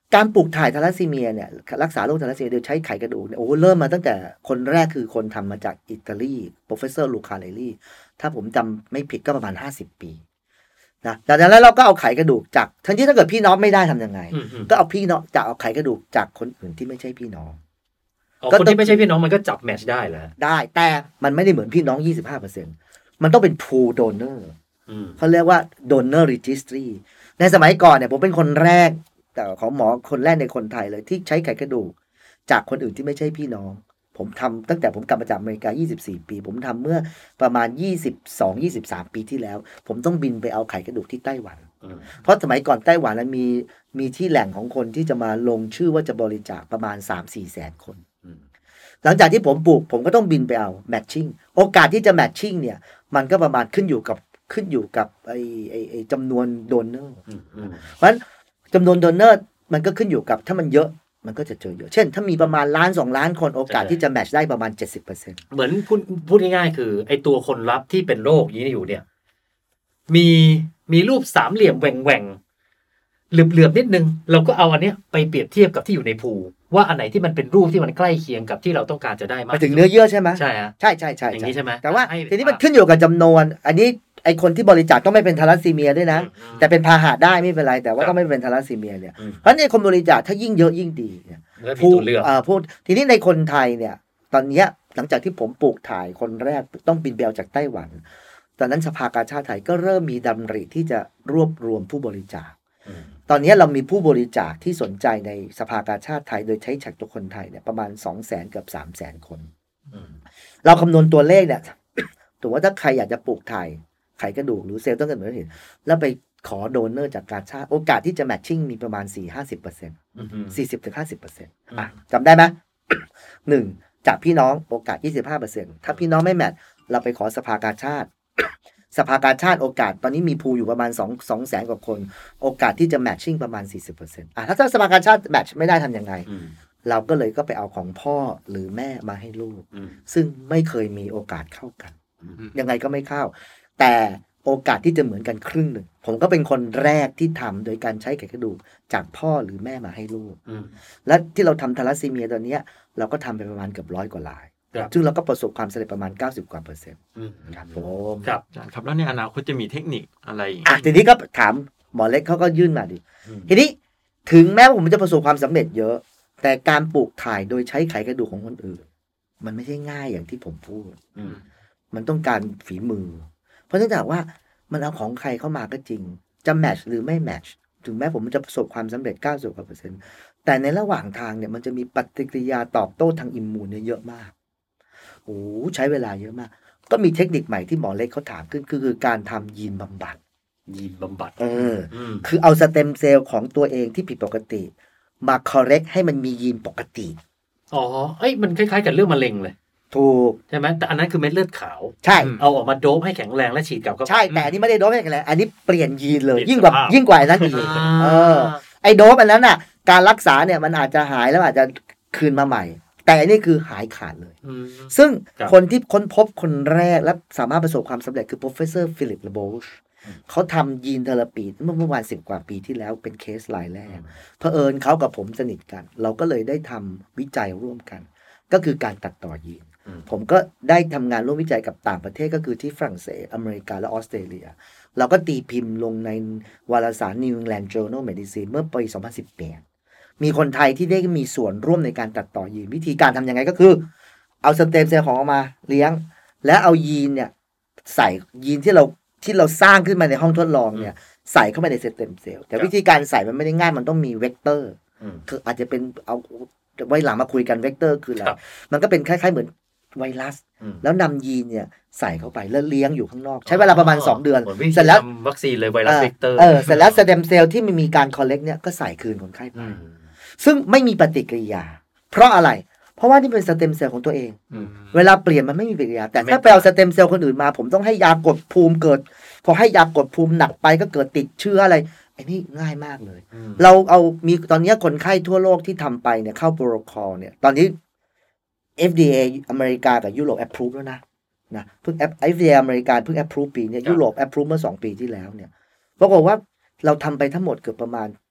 [SPEAKER 7] การปลูกถ่ายทาลัสซีเมียเนี่ยรักษาโรคทาลัสซีเมียโดยใช้ไขกระดูกเนี่ยโอ้เริ่มมาตั้งแต่คนแรกคือคนทำมาจากอิตาลีโปรเฟสเซอร์ลูคาเรลลี่ถ้าผมจำไม่ผิดก็ประมาณห้าสิบปีนะจากนั้นเราก็เอาไขกระดูกจากทั้งที่ถ้าเกิดพี่น้องไม่ได้ทำยังไงก็เอาพี่น้องจะเอาไขกระดูกจากคนอื่นที่ไม่ใช่พี่น้อง
[SPEAKER 5] คนที่ไม่ใช่พี่น้องมันก็จับแมทช์ได้แหละ
[SPEAKER 7] ได้แต่มันไม่ได้เหมือนพี่น้อง ยี่สิบห้าเปอร์เซ็นต์ มันต้องเป็น pool donor เขาเรียกว่า donor registry ในสมัยก่อนเนี่ยผมเป็นคนแรกแต่ของหมอคนแรกในคนไทยเลยที่ใช้ไขกระดูกจากคนอื่นที่ไม่ใช่พี่น้องผมทำตั้งแต่ผมกลับมาจากอเมริกายี่สิบสี่ปีผมทำเมื่อประมาณยี่สิบสอง ยี่สิบสามปีที่แล้วผมต้องบินไปเอาไขกระดูกที่ไต้หวันเพราะสมัยก่อนไต้หวันนั้นมีมีที่แหล่งของคนที่จะมาลงชื่อว่าจะบริจาคประมาณ สามถึงสี่ แสนคนหลังจากที่ผมปลูกผมก็ต้องบินไปเอาแมทชิ่งโอกาสที่จะแมทชิ่งเนี่ยมันก็ประมาณขึ้นอยู่กับขึ้นอยู่กับไอ้ไอ้ไอ้จำนวนโดนเนอร์เพราะฉะนั้นจำนวนโดนเนอร์มันก็ขึ้นอยู่กับถ้ามันเยอะมันก็จะเจอเยอะเช่นถ้ามีประมาณล้านสองล้านคนโอกาสที่จะแมทช์ได้ประมาณ เจ็ดสิบเปอร์เซ็นต์
[SPEAKER 5] เหมือนพูดพูดง่ายๆคือไอ้ตัวคนรับที่เป็นโรคนี้อยู่เนี่ยมีมีรูปสามเหลี่ยมแหว่งๆเหลือบๆนิดนึงเราก็เอาอันเนี้ยไปเปรียบเทียบกับที่อยู่ในภูว่าอันไหนที่มันเป็นรูปที่มันใกล้เคียงกับที่เราต้องการจะได้มาก
[SPEAKER 7] ไปถึงเนื้อเยื่อใช่ไหม
[SPEAKER 5] ใช่ฮะ
[SPEAKER 7] ใช่ใช่ใช่
[SPEAKER 5] อย่างนี้ใช่ไหม
[SPEAKER 7] แต่ว่าทีนี้มันขึ้นอยู่กับจำนวนอันนี้ไอคนที่บริจาคต้องไม่เป็นทาลัสซีเมียด้วยนะแต่เป็นพาหะได้ไม่เป็นไรแต่ว่าต้องไม่เป็นทาลัสซีเมียเนี่ยเพราะในคนบริจาคถ้ายิ่งเยอะยิ่งดีเนี่ย
[SPEAKER 5] ผู้เอ่อ
[SPEAKER 7] พูดทีนี้ในคนไทยเนี่ยตอนนี้หลังจากที่ผมปลูกถ่ายคนแรกต้องบินเบลจากไต้หวันตอนนั้นสภากาชาดไทยก็เริ่มมีดำริที่จะรวบรวมผู้บริจาคตอนนี้เรามีผู้บริจาคที่สนใจในสภากาชาดไทยโดยใช้ฉักตัวคนไทยเนี่ยประมาณ สองแสน เกือบ สามแสน คนเราคำนวณตัวเลขเนี่ยถือว่าถ้าใครอยากจะปลูกถ่ายไขกระดูกหรือเซลล์ต้นกำเนิดหินแล้วไปขอโดนเนอร์จากกาชาดโอกาสที่จะแมทชิ่งมีประมาณ สี่ถึงห้าสิบเปอร์เซ็นต์ สี่สิบถึงห้าสิบเปอร์เซ็นต์ อ่ะจำได้ไหม หนึ่งจากพี่น้องโอกาส ยี่สิบห้าเปอร์เซ็นต์ ถ้าพี่น้องไม่แมทเราไปขอสภากาชาดสภากาชาดโอกาสตอนนี้มีพูอยู่ประมาณ2 2แสนกว่าคนโอกาสที่จะแมทชิ่งประมาณ สี่สิบเปอร์เซ็นต์ อ่ะถ้าสภากาชาดแมทช์ไม่ได้ทำยังไงเราก็เลยก็ไปเอาของพ่อหรือแม่มาให้ลูกซึ่งไม่เคยมีโอกาสเข้ากันยังไงก็ไม่เข้าแต่โอกาสที่จะเหมือนกันครึ่งหนึ่งผมก็เป็นคนแรกที่ทำโดยการใช้ไขกระดูกจากพ่อหรือแม่มาให้ลูกและที่เราทำทาลัสซีเมียตอนนี้เราก็ทำไปประมาณเกือบร้อยกว่ารายซึ่งเราก็ประสบความสำเร็จประมาณเก้าสิบกว่าเปอร์เซ็นต์ครับผม
[SPEAKER 6] ครับครับแล้วในอนาคตจะมีเทคนิคอะไร
[SPEAKER 7] อ่ะทีนี้ก็ถามหมอเล็กเขาก็ยื่นมาดิทีนี้ถึงแม้ว่าผมจะประสบความสำเร็จเยอะแต่การปลูกถ่ายโดยใช้ไขกระดูกของคนอื่นมันไม่ใช่ง่ายอย่างที่ผมพูดมันต้องการฝีมือเพราะเนื่องจากว่ามันเอาของใครเข้ามาก็จริงจะแมทช์หรือไม่แมทช์ถึงแม้ผมจะประสบความสำเร็จเก้าสิบกว่าเปอร์เซ็นต์แต่ในระหว่างทางเนี่ยมันจะมีปฏิกิริยาตอบโต้ทางอิมมูนเนี่ยเยอะมากโอ้ใช้เวลาเยอะมากก็มีเทคนิคใหม่ที่หมอเล็กเขาถามขึ้นคือคือการทำยีนบำบัด
[SPEAKER 5] ยีนบำบัด
[SPEAKER 7] เออคือเอาสเต็มเซลล์ของตัวเองที่ผิดปกติมา correct ให้มันมียีนปกติ
[SPEAKER 5] อ๋อเอ้ยมันคล้ายๆกับเรื่องมะเร็งเลย
[SPEAKER 7] ถูก
[SPEAKER 5] ใช่ไหมแต่อันนั้นคือเม็ดเลือดขาว
[SPEAKER 7] ใช่
[SPEAKER 5] เอาออกมาโดปให้แข็งแรงและฉีดกลับเข้า
[SPEAKER 7] ใช่แต่อันนี้ไม่ได้โดปให้แข็งแรงอันนี้เปลี่ยนยีนเลยยิ่งกว่ายิ่งกว่านั้นอีกเออไอ้โดปอันนั้นน่ะการรักษาเนี่ยมันอาจจะหายแล้วอาจจะคืนมาใหม่แต่อันนี้คือหายขาดเลยซึ่งคนที่ค้นพบคนแรกและสามารถประสบความสำเร็จคือ professor Philip Labouche เขาทำยีนเทอราปีเมื่อประมาณสิบกว่าปีที่แล้วเป็นเคสรายแรกเผอิญเขากับผมสนิทกันเราก็เลยได้ทำวิจัยร่วมกันก็คือการตัดต่อยีนผมก็ได้ทำงานร่วมวิจัยกับต่างประเทศก็คือที่ฝรั่งเศสอเมริกาและออสเตรเลียเราก็ตีพิมพ์ลงในวารสาร New England Journal of Medicine เมื่อปีสองพันสิบแปดมีคนไทยที่ได้มีส่วนร่วมในการตัดต่อยีนวิธีการทำยังไงก็คือเอาสเต็มเซลล์ของออกมาเลี้ยงและเอายีนเนี่ยใส่ยีนที่เราที่เราสร้างขึ้นมาในห้องทดลองเนี่ยใส่เข้าไปในสเต็มเซลล์แต่วิธีการใส่มันไม่ได้ง่ายมันต้องมีเวกเตอร์คืออาจจะเป็นเอาไว้หลังมาคุยกันเวกเตอร์คืออะไรมันก็เป็นคล้ายๆเหมือนไวรัสแล้วนำยีนเนี่ยใส่เข้าไปแล้วเลี้ยงอยู่ข้างนอกใช้เวลาประมาณสองเดือน
[SPEAKER 5] เสร็จแล้ววัคซีนเลยไวรัสเวกเตอร์
[SPEAKER 7] เออเสร็จแล้วสเต็มเซลล์ที่มันมีการคอลเลกต์เนี่ยก็ใส่คืนคนไข้ไปซึ่งไม่มีปฏิกิริยาเพราะอะไรเพราะว่านี่เป็นสเต็มเซลล์ของตัวเองเวลาเปลี่ยนมันไม่มีปฏิกิริยาแต่ถ้าไปเอาสเต็มเซลล์คนอื่นมาผมต้องให้ยากดภูมิเกิดพอให้ยากดภูมิหนักไปก็เกิดติดเชื้ออะไรไอ้นี่ง่ายมากเลยเราเอามีตอนนี้คนไข้ทั่วโลกที่ทำไปเนี่ยเข้าโปรโตคอลเนี่ยตอนนี้ เอฟ ดี เอ อเมริกากับยุโรป approve แล้วนะนะเพิ่ง เอฟ ดี เอ อเมริกาเพิ่ง approve ปีนี้ยุโรป approve เมื่อสองปีที่แล้วเนี่ยปรากฏว่าเราทำไปทั้งหมดเกือบประมาณ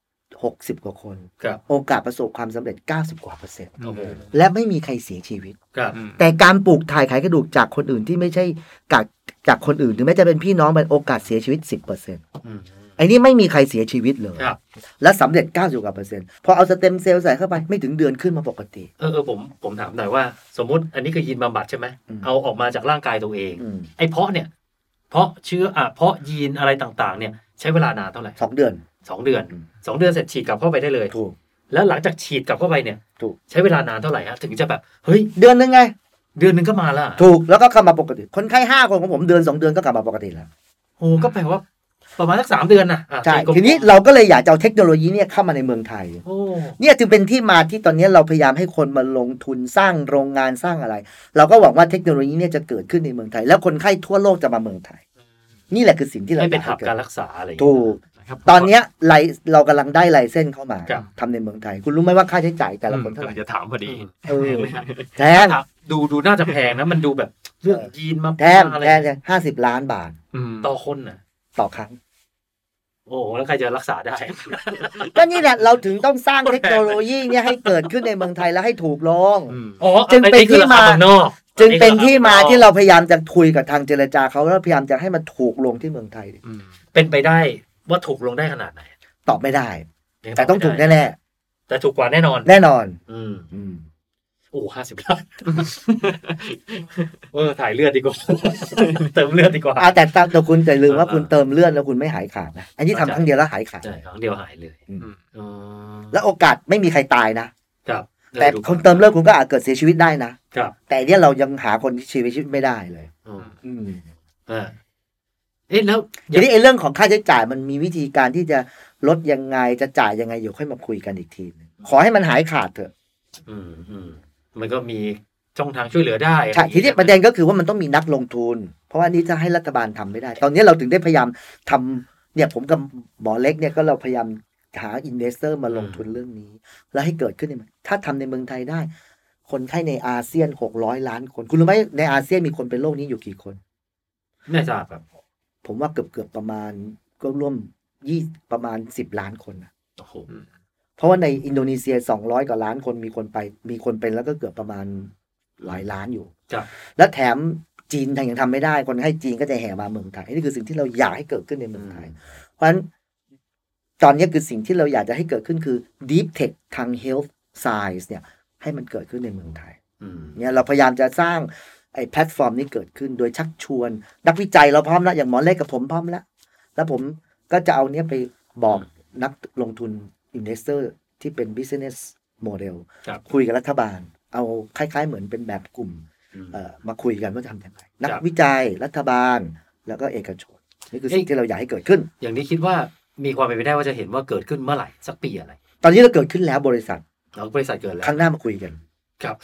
[SPEAKER 7] หกสิบกว่าคน
[SPEAKER 5] ครับ
[SPEAKER 7] โอกาสประสบความสำเร็จเก้าสิบกว่าเปอร์เซ็นต์
[SPEAKER 5] โอ้โห
[SPEAKER 7] และไม่มีใครเสียชีวิต
[SPEAKER 5] ครับ
[SPEAKER 7] แต่การปลูกถ่ายไขกระดูกจากคนอื่นที่ไม่ใช่จากจากคนอื่นถึงแม้จะเป็นพี่น้องเป็นโอกาสเสียชีวิต สิบเปอร์เซ็นต์
[SPEAKER 5] อืม
[SPEAKER 7] ไอ้นี่ไม่มีใครเสียชีวิตเลย
[SPEAKER 5] ครับ
[SPEAKER 7] และสำเร็จเก้าสิบกว่าเปอร์เซ็นต์พอเอาสเต็มเซลล์ใส่เข้าไปไม่ถึงเดือนขึ้นมาปกติ
[SPEAKER 5] เออเออผมผมถามหน่อยว่า สมมุติอันนี้คือยีนบำบัดใช่ไหม
[SPEAKER 7] อืม
[SPEAKER 5] เอาออกมาจากร่างกายตัวเอง
[SPEAKER 7] อืม
[SPEAKER 5] ไอ้เพาะเนี่ย เพาะเชื้ออ่ะเพาะยีนอะไรต่างๆ เนี่ยใช้เวลานานเท่าไหร่
[SPEAKER 7] สองเดือน
[SPEAKER 5] สองเดือน
[SPEAKER 7] อืม
[SPEAKER 5] สองเดือนเสร็จฉีดกลับเข้าไปได้เลย
[SPEAKER 7] ถูก
[SPEAKER 5] แล้วหลังจากฉีดกลับเข้าไปเนี่ย
[SPEAKER 7] ถูก
[SPEAKER 5] ใช้เวลานานเท่าไหร่ฮะถึงจะแบบเฮ้ย
[SPEAKER 7] เดือนนึงไง
[SPEAKER 5] เดือนหนึงก็มาละ
[SPEAKER 7] ถูกแล้วก็กลับมาปกติ คนไข้ห้าคนของผมเดือนสองเดือนก็กลับมาปกติแล้ว
[SPEAKER 5] โอ้ก็แปลว่าประมาณสักสามเดือนนะอ่ะ
[SPEAKER 7] ใช่
[SPEAKER 5] ตีกลมๆ
[SPEAKER 7] ทีนี้เราก็เลยอยากจะเอาเทคโนโลยีเนี่ยเข้ามาในเมืองไทย
[SPEAKER 5] โอ้
[SPEAKER 7] เนี่ยจึงเป็นที่มาที่ตอนนี้เราพยายามให้คนมาลงทุนสร้างโรงงานสร้างอะไร เราก็หวังว่าเทคโนโลยีเนี่ยจะเกิดขึ้นในเมืองไทย แล้วคนไข้ทั่วโลกจะมาเมืองไทย นี่แหละคือสิ่งที่เรา
[SPEAKER 5] ให้เป็น
[SPEAKER 7] อย
[SPEAKER 5] หับ
[SPEAKER 7] ให้
[SPEAKER 5] การ
[SPEAKER 7] ด
[SPEAKER 5] รักษาอะไรอย่าง
[SPEAKER 7] ถู
[SPEAKER 5] เงี้ย
[SPEAKER 7] ก
[SPEAKER 6] นะครับ
[SPEAKER 7] ตอนเนี้ยไลเรากำลังได้ไลเส้นเข้ามา
[SPEAKER 5] ครับ
[SPEAKER 7] ทำในเมืองไทย คุณรู้ไหมว่าค่าใช้จ่ายแต่ละคน
[SPEAKER 6] อืม
[SPEAKER 7] เท่าไหร่
[SPEAKER 6] กำลังจะถามพอดี
[SPEAKER 7] เออ
[SPEAKER 5] แพงไหมฮะ
[SPEAKER 7] แทน
[SPEAKER 5] ดูดูน่าจะแพงนะมันดูแบบเรื่องยีนมา
[SPEAKER 7] แทน
[SPEAKER 5] อะไร
[SPEAKER 7] แทนห้าสิบล้านบาท
[SPEAKER 6] อืม
[SPEAKER 5] ต่อคนน่ะ
[SPEAKER 7] ต่อครั้ง
[SPEAKER 5] โอ้แล้วใครจะรักษาได้
[SPEAKER 7] ก็นี่แหละเราถึงต้องสร้างเทคโนโลยีเนี่ยให้เกิดขึ้นในเมืองไทยแล้วให้ถูกลง
[SPEAKER 6] อืม
[SPEAKER 5] อ๋อ
[SPEAKER 7] จึงเป็น
[SPEAKER 5] อัคือ
[SPEAKER 7] ที่มา
[SPEAKER 5] รคเมืองนอก
[SPEAKER 7] จึงเป็นที่มา
[SPEAKER 5] อั
[SPEAKER 7] ที่เราพยายามจะคุยกับทางเจรจาเขาแล้วพยายามจะให้มันถูกลงที่เมืองไทย
[SPEAKER 6] อืม
[SPEAKER 5] เป็นไปได้ว่าถูกลงได้ขนาดไหน
[SPEAKER 7] ตอบไม่ได้
[SPEAKER 5] ยัง
[SPEAKER 7] แต่ต้องถูก
[SPEAKER 5] ไม่ได้
[SPEAKER 7] แน่
[SPEAKER 5] แต่ถูกกว่าแน่นอน
[SPEAKER 7] ๆแน่นอน
[SPEAKER 5] อืม
[SPEAKER 7] อืม
[SPEAKER 5] โอ้ห้าสิบล้าน เออถ่ายเลือดดีกว่า เติมเลือดดีกว่า
[SPEAKER 7] อ่าแต่แต่คุณแต่ลืมว่า
[SPEAKER 5] เออ
[SPEAKER 7] คุณเติมเลือดแล้วคุณไม่หายขาดนะอันนี้ทำครั้งเดียวแล้วหายขาด
[SPEAKER 5] ใช่ครั้งเดียวหายเลย
[SPEAKER 7] อืม
[SPEAKER 5] อ๋อ
[SPEAKER 7] แล้วโอกาสไม่มีใครตายนะ
[SPEAKER 5] ครับ
[SPEAKER 7] แต่
[SPEAKER 5] ดู
[SPEAKER 7] คนเติมเลือดคุณก็อาจเกิดเสียชีวิตได้นะครับ แต่เนี่ยเรายังหาคนที่เสียชีวิตไม่ได้เลย
[SPEAKER 5] อืม
[SPEAKER 7] อืม
[SPEAKER 5] อ่าเอ๊ะแล้ว
[SPEAKER 7] ทีนี้ไอ้เรื่องของค่าใช้จ่ายมันมีวิธีการที่จะลดยังไงจะจ่ายยังไงเดี๋ยวค่อยมาคุยกันอีกทีนึงขอให้มันหายขาดเถอะ
[SPEAKER 5] อืมอืมมันก็มีช่องทางช่วยเหลือได้
[SPEAKER 7] ใช่ทีนี้ประเด็นก็คือว่ามันต้องมีนักลงทุน เพราะว่านี่จะให้รัฐบาลทำไม่ได้ ตอนนี้เราถึงได้พยายามทำเนี่ยผมกับหมอเล็กเนี่ยก็เราพยายามหาอินเวสเตอร์มาลงทุนเรื่องนี้ แล้วให้เกิดขึ้นในถ้าทำในเมืองไทยได้ คนไข้ในอาเซียนหกร้อยล้านคนคุณรู้ไหมในอาเซียนมีคนเป็นโรคนี้อยู่กี่คน
[SPEAKER 5] ไม่ทราบครับ
[SPEAKER 7] ผมว่าเกือบเกือบประมาณก็ร่วมยี่ประมาณสิบล้านคนนะ
[SPEAKER 5] โอ้โห
[SPEAKER 7] เพราะว่าในอินโดนีเซียสองร้อยกว่าล้านคนมีคนไปมีคนเป็นแล้วก็เกือบประมาณหลายล้านอยู่
[SPEAKER 5] ครับ
[SPEAKER 7] แล้วแถมจีนยังทำไม่ได้คนให้จีนก็จะแห่มาเมืองไทยนี่คือสิ่งที่เราอยากให้เกิดขึ้นในเมืองไทย เพราะฉะนั้นตอนนี้คือสิ่งที่เราอยากจะให้เกิดขึ้นคือ deep tech ทาง health science เนี่ยให้มันเกิดขึ้นในเมืองไทย
[SPEAKER 5] อืม
[SPEAKER 7] เนี่ยเราพยายามจะสร้างไอ้แพลตฟอร์มนี้เกิดขึ้นโดยชักชวนนักวิจัยเราพร้อมแล้วอย่างหมอเล็กกับผมพร้อมแล้วแล้วผมก็จะเอาเนี้ยไปบอกนักลงทุน investor ที่เป็น business model
[SPEAKER 5] ครับ
[SPEAKER 7] คุยกับรัฐบาลเอาคล้ายๆเหมือนเป็นแบบกลุ่ม
[SPEAKER 5] อืม
[SPEAKER 7] เอ่อมาคุยกันว่าทำยังไงนัก
[SPEAKER 5] ครับ
[SPEAKER 7] วิจัยรัฐบาลแล้วก็เอกชนนี่คือสิ่งที่เราอยากให้เกิดขึ้น
[SPEAKER 5] อย่างนี้คิดว่ามีความเป็นไปได้ว่าจะเห็นว่าเกิดขึ้นเมื่อไหร่สักปีอะไร
[SPEAKER 7] ตอนนี้เราเกิดขึ้นแล้วบริษัท
[SPEAKER 5] เราบริษัทเกิดแล้ว
[SPEAKER 7] ข้างหน้ามาคุยกัน
[SPEAKER 5] ครับ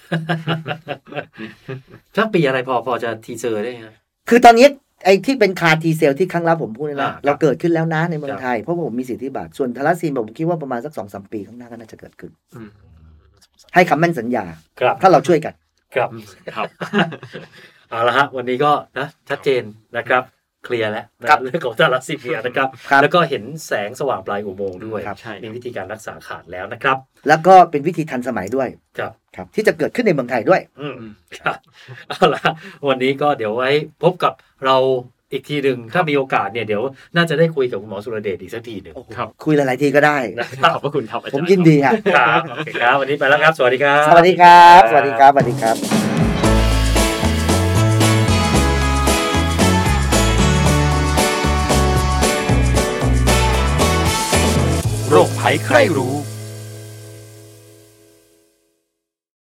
[SPEAKER 5] สักปีอะไรพอพอจะทีเซอร์ได้ไหม
[SPEAKER 7] คือตอนนี้ไอ้ที่เป็นคาร์ทีเซลที่ครั้งแล้วผมพูดนี่
[SPEAKER 5] อ่า
[SPEAKER 7] นะครับ เราเกิดขึ้นแล้วนะในเมือ
[SPEAKER 5] ค
[SPEAKER 7] ง
[SPEAKER 5] รับ
[SPEAKER 7] ไทยเพราะว่าผมมีสิทธิบัตรส่วนทาราซีนผมคิดว่าประมาณสักสองสามปีข้างหน้าก็น่าจะเกิดขึ้น
[SPEAKER 6] อืม
[SPEAKER 7] ให้คำมั่นสัญญา
[SPEAKER 5] ครับ
[SPEAKER 7] ถ้าเราช่วยกัน
[SPEAKER 5] ครับ
[SPEAKER 6] ครับ
[SPEAKER 5] เอาละฮะวันนี้ก็นะชัดเจนนะครับเคลียร์แล้วนะครับ เรื่องของทาลัสซีเมียนะครับ
[SPEAKER 7] ครับ
[SPEAKER 5] แล้วก็เห็นแสงสว่างปลายอุโมงค์ด้วย
[SPEAKER 7] ครับ
[SPEAKER 6] ใช่
[SPEAKER 5] มีวิธีการรักษาขาดแล้วนะครับ
[SPEAKER 7] แล้วก็เป็นวิธีทันสมัยด้วย
[SPEAKER 5] ครับ
[SPEAKER 7] ครับที่จะเกิดขึ้นในเมืองไทยด้วย
[SPEAKER 5] อืมครับเอาละวันนี้ก็เดี๋ยวไว้พบกับเราอีกทีหนึ่งถ้ามีโอกาสเนี่ยเดี๋ยวน่าจะได้คุยกับคุณหมอสุรเดชอีกสักทีหนึ่ง
[SPEAKER 6] ครับ
[SPEAKER 7] คุยหลายๆทีก็ได้
[SPEAKER 5] นะครับ
[SPEAKER 6] ขอบพระคุณครับอาจารย์
[SPEAKER 7] ผมยินดีครับ
[SPEAKER 5] ครับโอเคครับวันนี้ไปแล้วครับ สวัสดีครับ
[SPEAKER 7] สวัสดีครับ สวัสดีครับสวัสดีครับ
[SPEAKER 3] โรคภัยใครรู้